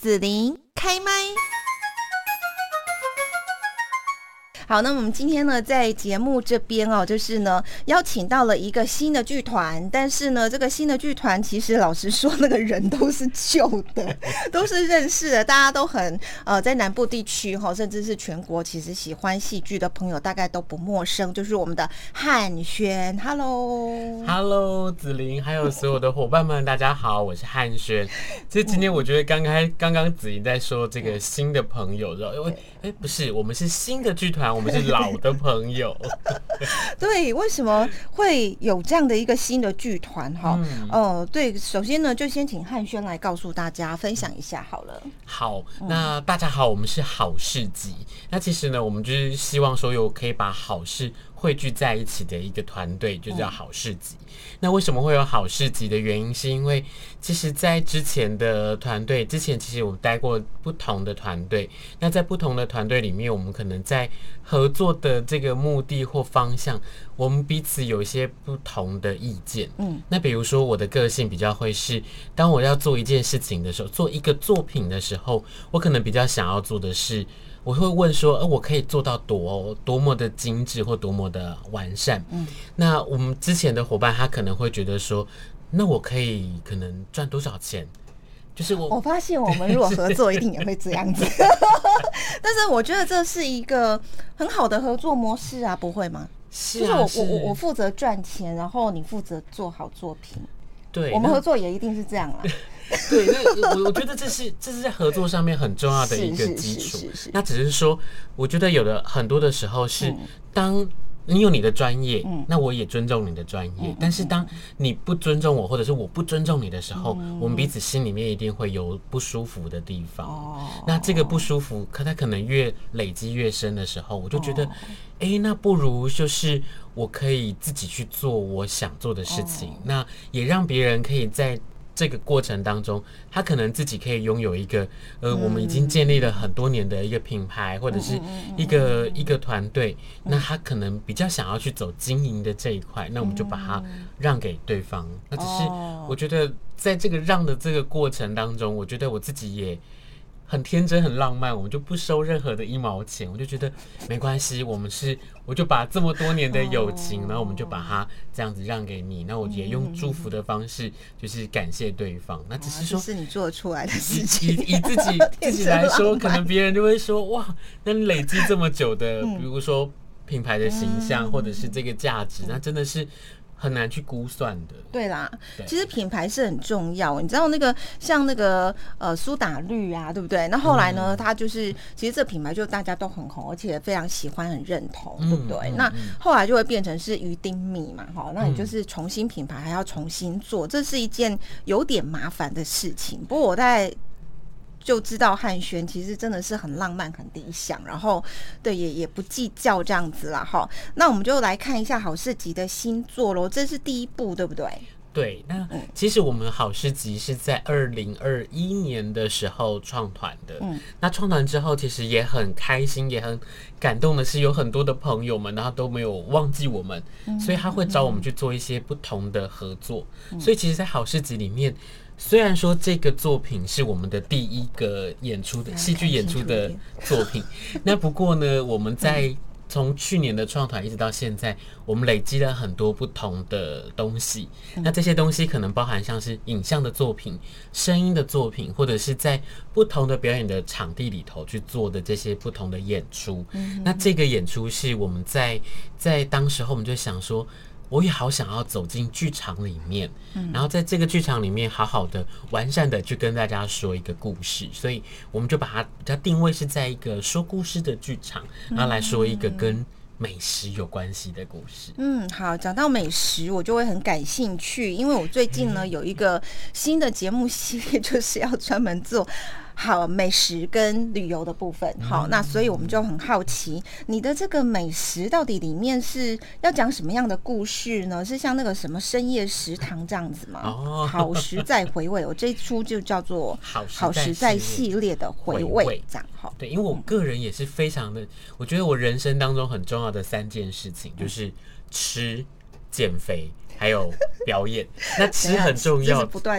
子琳开麦。好，那我们今天呢，在节目这边哦，就是呢，邀请到了一个新的剧团，但是呢，这个新的剧团其实老实说，那个人都是旧的，都是认识的，大家都很在南部地区哈，甚至是全国，其实喜欢戏剧的朋友大概都不陌生，就是我们的汉轩 ，Hello， 子琳，还有所有的伙伴们，大家好，我是汉轩。其实今天我觉得刚刚子琳在说这个新的朋友，不是，我们是新的剧团，我们是老的朋友。 对，为什么会有这样的一个新的剧团哈？对，首先呢，就先请汉轩来告诉大家分享一下好了。 好，那大家好，我们是好事集。那其实呢，我们就是希望说可以把好事汇聚在一起的一个团队，就叫好事集。那为什么会有好事集的原因，是因为其实在之前的团队，其实我们待过不同的团队，那在不同的团队里面，我们可能在合作的这个目的或方向，我们彼此有一些不同的意见。那比如说我的个性比较会是，当我要做一件事情的时候，做一个作品的时候，我可能比较想要做的是，我会问说，我可以做到多么的精致或多么的完善。那我们之前的伙伴他可能会觉得说，那我可能赚多少钱？就是我发现我们如果合作一定也会这样子。但是我觉得这是一个很好的合作模式啊，不会吗？ 是啊， 就是我负责赚钱，然后你负责做好作品。 对， 我们合作也一定是这样啦。 对，那我觉得这是在合作上面很重要的一个基础。那只是说，我觉得有的很多的时候是，当你有你的专业，那我也尊重你的专业。但是当你不尊重我，或者是我不尊重你的时候，我们彼此心里面一定会有不舒服的地方。那这个不舒服，它可能越累积越深的时候，我就觉得，那不如就是我可以自己去做我想做的事情，那也让别人可以在这个过程当中，他可能自己可以拥有一个我们已经建立了很多年的一个品牌，或者是一个团队，那他可能比较想要去走经营的这一块，那我们就把它让给对方。那只是我觉得在这个让的这个过程当中，我觉得我自己也很天真很浪漫，我就不收任何的1毛钱，我就觉得没关系，我就把这么多年的友情，然后我们就把它这样子让给你，那我也用祝福的方式，就是感谢对方。那只是说， 是你做出来的事情。 以自己来说，可能别人就会说，哇，那你累积这么久的，比如说品牌的形象，或者是这个价值，那真的是很难去估算的。 对啦，其实品牌是很重要。你知道像那个苏打绿啊，对不对？那后来呢，它就是其实这品牌就大家都很红，而且非常喜欢、很认同，对不对？那后来就会变成是鱼丁米嘛，哈，那你就是重新品牌还要重新做，这是一件有点麻烦的事情。不过我在就知道汉轩其实真的是很浪漫、很理想，然后对也不计较这样子啦哈。那我们就来看一下好事集的新作咯，这是第一部，对不对？ 对，那其实我们好事集是在2021年的时候创团的。那创团之后，其实也很开心，也很感动的是，有很多的朋友们，然后都没有忘记我们，所以他会找我们去做一些不同的合作。所以其实，在好事集里面，虽然说这个作品是我们的第一个演出的戏剧演出的作品，那不过呢，我们在从去年的创团一直到现在，我们累积了很多不同的东西。那这些东西可能包含像是影像的作品、声音的作品，或者是在不同的表演的场地里头去做的这些不同的演出。那这个演出是我们在当时候我们就想说，我也好想要走进剧场里面，然后在这个剧场里面好好的完善的去跟大家说一个故事，所以我们就把它比较定位是在一个说故事的剧场，然后来说一个跟美食有关系的故事。 好，讲到美食我就会很感兴趣，因为我最近呢有一个新的节目系列，就是要专门做好美食跟旅游的部分。好，那所以我们就很好奇，你的这个美食到底里面是要讲什么样的故事呢？是像那个什么深夜食堂这样子吗？好食在回味，我这一出就叫做好食在系列的回味，这样。好， 对，因为我个人也是非常的，我觉得我人生当中很重要的3件事情就是吃、减肥还有表演。那吃很重要， 不断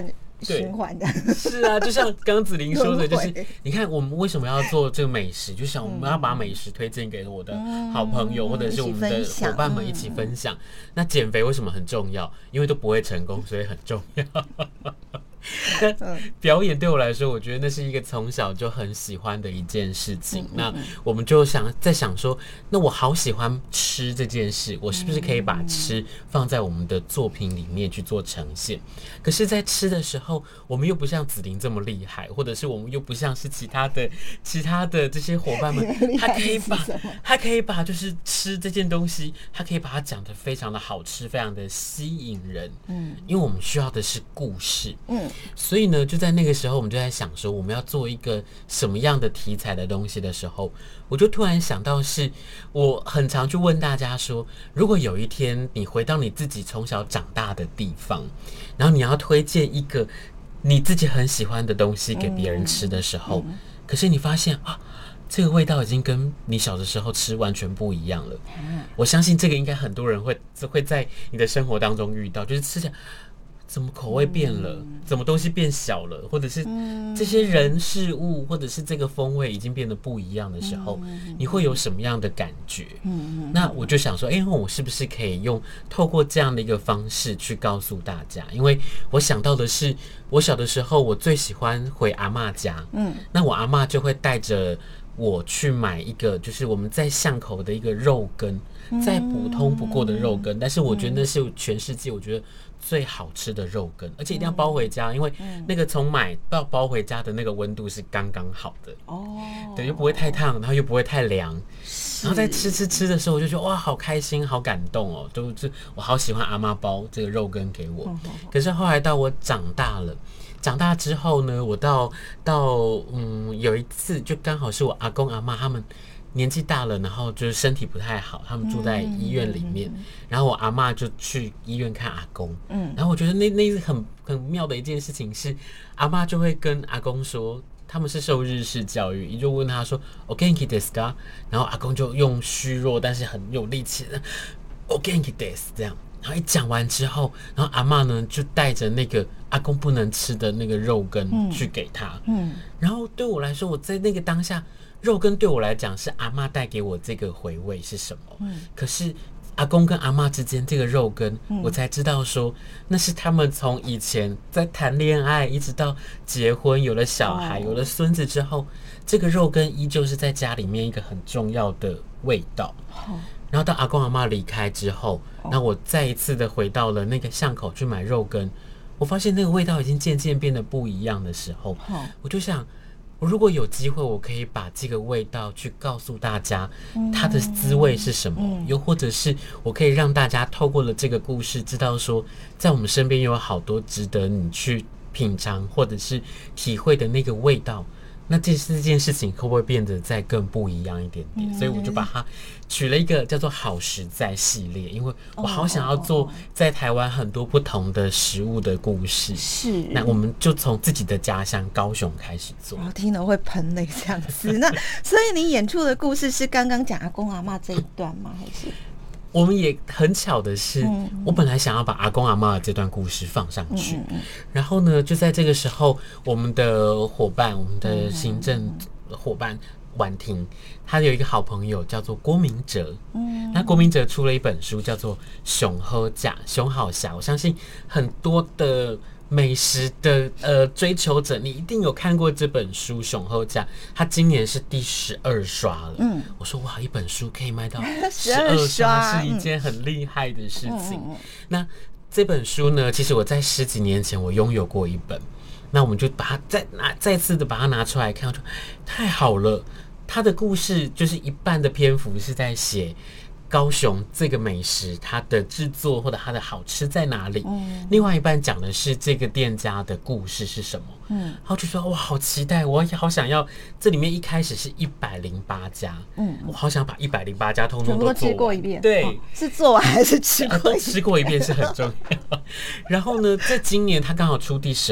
循环的。 是啊，就像刚刚子琳说的，就是你看我们为什么要做这个美食，就像我们要把美食推荐给我的好朋友，或者是我们的伙伴们一起分享。那减肥为什么很重要？因为都不会成功，所以很重要。但表演对我来说，我觉得那是一个从小就很喜欢的一件事情。那我们就在想说，那我好喜欢吃这件事，我是不是可以把吃放在我们的作品里面去做呈现？可是，在吃的时候，我们又不像子琳这么厉害，或者是我们又不像是其他的这些伙伴们，他可以把就是吃这件东西，他可以把它讲得非常的好吃，非常的吸引人。因为我们需要的是故事。所以呢，就在那个时候，我们就在想说，我们要做一个什么样的题材的东西的时候，我就突然想到是，我很常去问大家说，如果有一天你回到你自己从小长大的地方，然后你要推荐一个你自己很喜欢的东西给别人吃的时候，可是你发现啊，这个味道已经跟你小的时候吃完全不一样了。我相信这个应该很多人会在你的生活当中遇到，就是吃起来怎么口味变了，怎么东西变小了，或者是这些人事物，或者是这个风味已经变得不一样的时候，你会有什么样的感觉？那我就想说，我是不是可以透过这样的一个方式去告诉大家？因为我想到的是，我小的时候我最喜欢回阿嬷家，那我阿嬷就会带着我去买一个，就是我们在巷口的一个肉羹，再普通不过的肉羹，但是我觉得那是全世界我觉得最好吃的肉羹，而且一定要包回家，因为那个从买到包回家的那个温度是刚刚好的，对，又不会太烫，然后又不会太凉，然后在吃的时候，我就觉得哇，好开心，好感动哦，就是我好喜欢阿嬷包这个肉羹给我。可是后来到我长大之后呢，我到有一次就刚好是我阿公阿嬷他们年纪大了，然后就是身体不太好，他们住在医院里面，然后我阿嬷就去医院看阿公，然后我觉得那是很妙的一件事情是，阿嬷就会跟阿公说，他们是受日式教育，你就问他说 "O genki desu ka"， 然后阿公就用虚弱但是很有力气的 "O genki desu" 这样。然后一讲完之后，然后阿嬷呢就带着那个阿公不能吃的那个肉羹去给他，然后对我来说，我在那个当下，肉羹对我来讲是阿嬷带给我这个回味是什么？可是阿公跟阿嬷之间这个肉羹，我才知道说，那是他们从以前在谈恋爱，一直到结婚，有了小孩，有了孙子之后，这个肉羹依旧是在家里面一个很重要的味道。然后到阿公阿嬷离开之后，那我再一次的回到了那个巷口去买肉羹，我发现那个味道已经渐渐变得不一样的时候，我就想，我如果有机会，我可以把这个味道去告诉大家它的滋味是什么，又或者是我可以让大家透过了这个故事知道说，在我们身边有好多值得你去品尝或者是体会的那个味道，那这件事情会不会变得再更不一样一点点？所以我就把它取了一个叫做好食在系列，因为我好想要做在台湾很多不同的食物的故事。是，那我们就从自己的家乡高雄开始做。 我听了会喷泪这样子。那所以你演出的故事是刚刚讲阿公阿嬷这一段吗？还是？ 我们也很巧的是，我本来想要把阿公阿嬷的这段故事放上去，然后呢，就在这个时候，我们的伙伴，我们的行政伙伴婉婷，他有一个好朋友叫做郭明哲，那郭明哲出了一本书叫做《熊好甲熊好侠》，我相信很多的美食的追求者，你一定有看过这本书《熊好甲》，它今年是第12刷了。我说哇，一本书可以卖到12刷，是一件很厉害的事情。那这本书呢，其实我在10几年前我拥有过一本，那我们就把它再次的把它拿出来看，我说太好了，它的故事就是一半的篇幅是在写高雄这个美食它的制作或者它的好吃在哪里，另外一半讲的是这个店家的故事是什么。然后就说哇，好期待，我也好想要。这里面一开始是108家，我好想把108家通通都吃过一遍。 对， 是做完还是吃过一遍？ 都吃过一遍是很重要。然后呢，在今年他刚好出第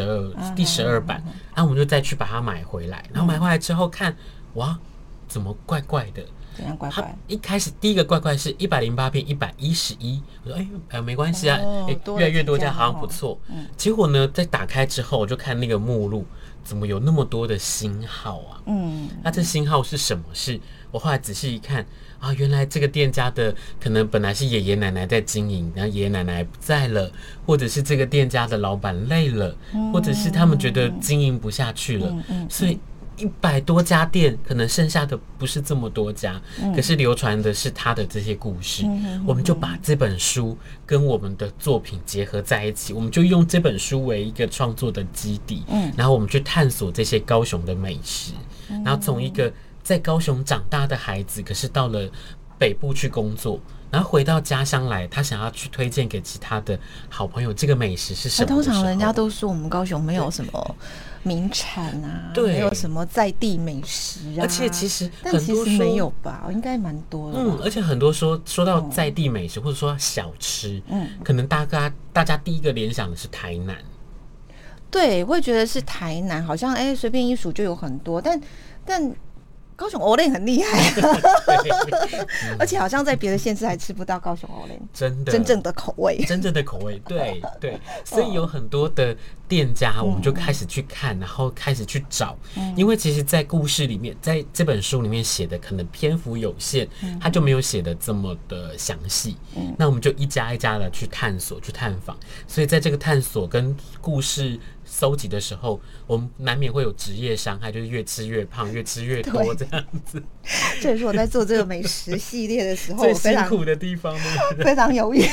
12版，然后我们就再去把它买回来。然后买回来之后看，哇，怎么怪怪的？ 怎样怪怪？ 一开始第一个怪怪是108变111，我说没关系啊，越来越多家好像不错。结果呢，在打开之后，我就看那个目录，怎么有那么多的星号啊？那这星号是什么？是我后来仔细一看啊，原来这个店家的可能本来是爷爷奶奶在经营，然后爷爷奶奶不在了，或者是这个店家的老板累了，或者是他们觉得经营不下去了，所以100多家店，可能剩下的不是这么多家，可是流传的是他的这些故事。我们就把这本书跟我们的作品结合在一起，我们就用这本书为一个创作的基地，然后我们去探索这些高雄的美食，然后从一个在高雄长大的孩子，可是到了北部去工作，然后回到家乡来，他想要去推荐给其他的好朋友这个美食是什么的时候， 通常人家都说我们高雄没有什么名产啊， 对， 没有什么在地美食啊， 而且其实但其实没有吧，应该蛮多的。 而且很多说到在地美食，或者说小吃，可能大家第一个联想的是台南， 对，会觉得是台南，好像随便一数就有很多，但高雄藕莲很厉害，而且好像在别的县市还吃不到高雄藕莲真正的口味， 对，所以有很多的店家，我们就开始去看，然后开始去找，因为其实，在故事里面，在这本书里面写的可能篇幅有限，他就没有写的这么的详细，那我们就一家一家的去探索、去探访，所以在这个探索跟故事搜集的时候，我们难免会有职业伤害，就是越吃越胖，越吃越多这样子。 这也是我在做这个美食系列的时候最辛苦的地方， 非常犹豫。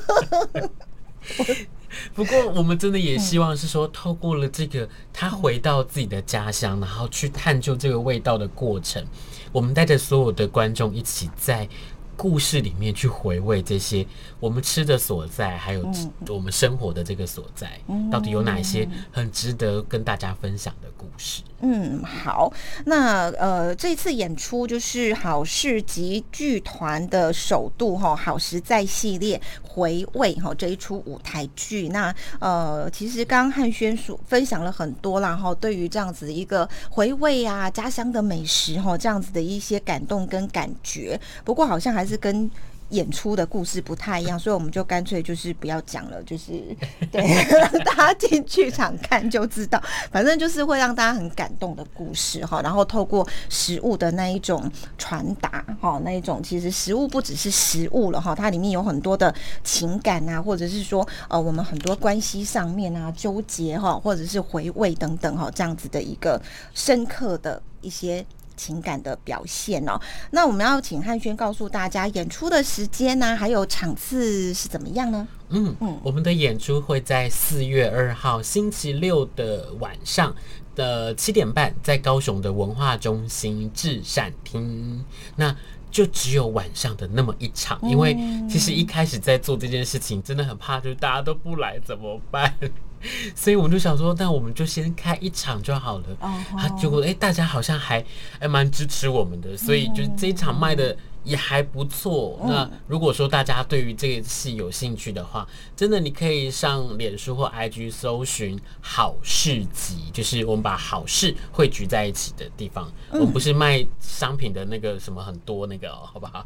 不过我们真的也希望是说，透过了这个他回到自己的家乡，然后去探究这个味道的过程，我们带着所有的观众一起在故事里面去回味这些我们吃的所在，还有我们生活的这个所在，到底有哪一些很值得跟大家分享的故事。 好，那这次演出就是好市集剧团的首度好食在系列回味这一出舞台剧。那其实刚刚汉轩分享了很多啦对于这样子一个回味啊家乡的美食这样子的一些感动跟感觉，不过好像还是跟演出的故事不太一样，所以我们就干脆就是不要讲了，就是对让大家进剧场看就知道，反正就是会让大家很感动的故事然后透过食物的那一种传达那一种其实食物不只是食物了它里面有很多的情感啊，或者是说我们很多关系上面啊纠结或者是回味等等这样子的一个深刻的一些情感的表现那我们要请汉轩告诉大家演出的时间还有场次是怎么样呢？ 我们的演出会在4月2号星期六的晚上的7点半，在高雄的文化中心至善厅。那就只有晚上的那么一场，因为其实一开始在做这件事情，真的很怕，就是大家都不来怎么办？所以我们就想说，那我们就先开一场就好了。结果大家好像还蛮支持我们的，所以就是这一场卖的也还不错。那如果说大家对于这个戏有兴趣的话，真的你可以上脸书或 IG 搜寻好市集，就是我们把好事汇聚在一起的地方。我们不是卖商品的那个什么很多那个好不好？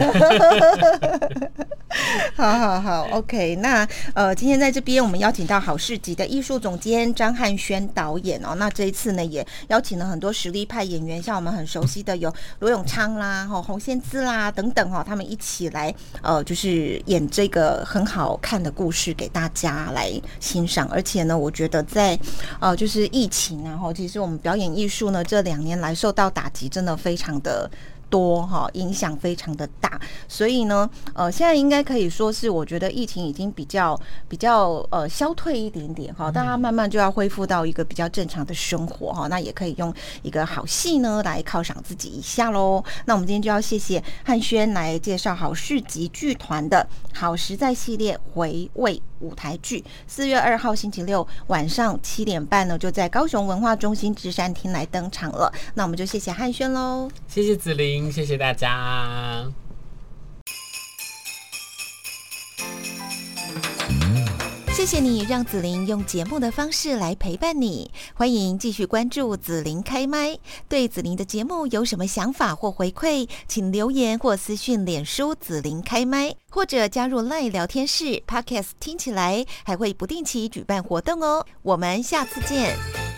好 OK。 那今天在这边我们邀请到好市集的艺术总监张汉轩导演那这一次呢也邀请了很多实力派演员，像我们很熟悉的有罗永昌啦洪宪姿啦等等他们一起来就是演这个很好看的故事给大家来欣赏。而且呢我觉得在就是疫情其实我们表演艺术呢这2年来受到打击真的非常的多影响非常的大，所以呢现在应该可以说是我觉得疫情已经比较消退一点点大家慢慢就要恢复到一个比较正常的生活那也可以用一个好戏呢来犒赏自己一下咯。那我们今天就要谢谢汉轩来介绍好市集剧团的好食在系列回味舞台剧，4月2号星期六晚上7点半呢就在高雄文化中心芝山厅来登场了。那我们就谢谢汉轩咯。 谢谢子琳，谢谢大家。 谢谢你让子琳用节目的方式来陪伴你，欢迎继续关注子琳开麦。对子琳的节目有什么想法或回馈，请留言或私讯脸书子琳开麦，或者加入 LINE 聊天室 Podcast 听起来，还会不定期举办活动哦。我们下次见。